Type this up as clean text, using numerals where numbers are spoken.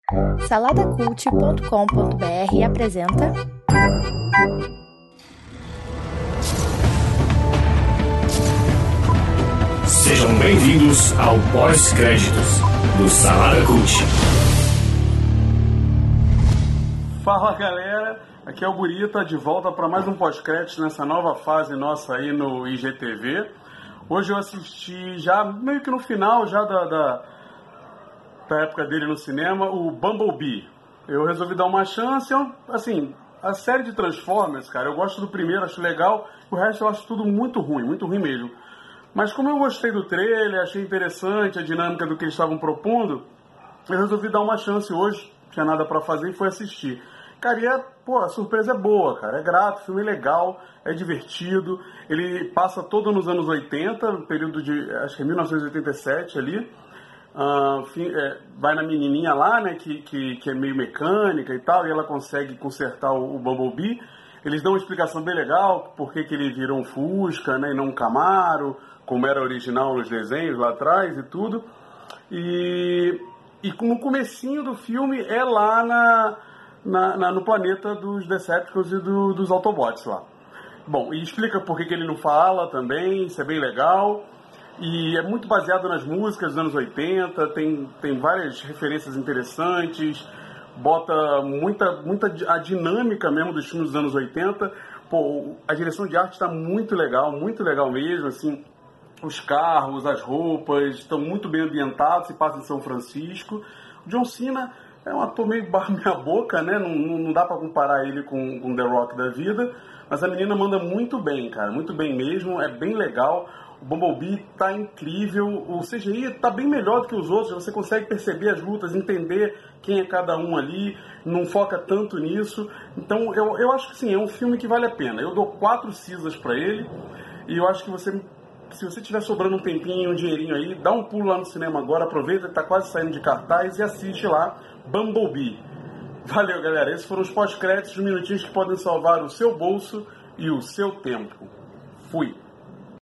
Saladacult.com.br apresenta Sejam bem-vindos ao pós-créditos do Salada Cult. Fala galera, aqui é o Burita, de volta para mais um pós-créditos nessa nova fase nossa aí no IGTV. Hoje eu assisti já meio que no final já da época dele no cinema, o Bumblebee. Eu resolvi dar uma chance, assim, a série de Transformers, cara, eu gosto do primeiro, acho legal, o resto eu acho tudo muito ruim mesmo. Mas como eu gostei do trailer, achei interessante a dinâmica do que eles estavam propondo, eu resolvi dar uma chance hoje, não tinha nada pra fazer e fui assistir. Cara, e a surpresa é boa, cara, é grato, o filme é legal, é divertido, ele passa todo nos anos 80, no período de, acho que é 1987 ali, vai na menininha lá, né, que é meio mecânica e tal, e ela consegue consertar o Bumblebee. Eles dão uma explicação bem legal, por que ele virou um Fusca, né, e não um Camaro, como era original nos desenhos lá atrás e tudo. E no comecinho do filme é lá no planeta dos Decepticons e dos Autobots lá. Bom, e explica por que ele não fala também, isso é bem legal. E é muito baseado nas músicas dos anos 80, tem várias referências interessantes, bota muita a dinâmica mesmo dos filmes dos anos 80. Pô, a direção de arte está muito legal mesmo, assim, os carros, as roupas estão muito bem ambientados, se passa em São Francisco. O John Cena é um ator meio meia boca, né? Não dá para comparar ele com The Rock da vida, mas a menina manda muito bem, cara, muito bem mesmo, é bem legal. O Bumblebee tá incrível, o CGI tá bem melhor do que os outros, você consegue perceber as lutas, entender quem é cada um ali, não foca tanto nisso. Então eu acho que sim, é um filme que vale a pena. Eu dou 4 cisas pra ele, e eu acho que se você tiver sobrando um tempinho, um dinheirinho aí, dá um pulo lá no cinema agora, aproveita que tá quase saindo de cartaz e assiste lá Bumblebee. Valeu, galera, esses foram os pós-créditos, minutinhos que podem salvar o seu bolso e o seu tempo. Fui!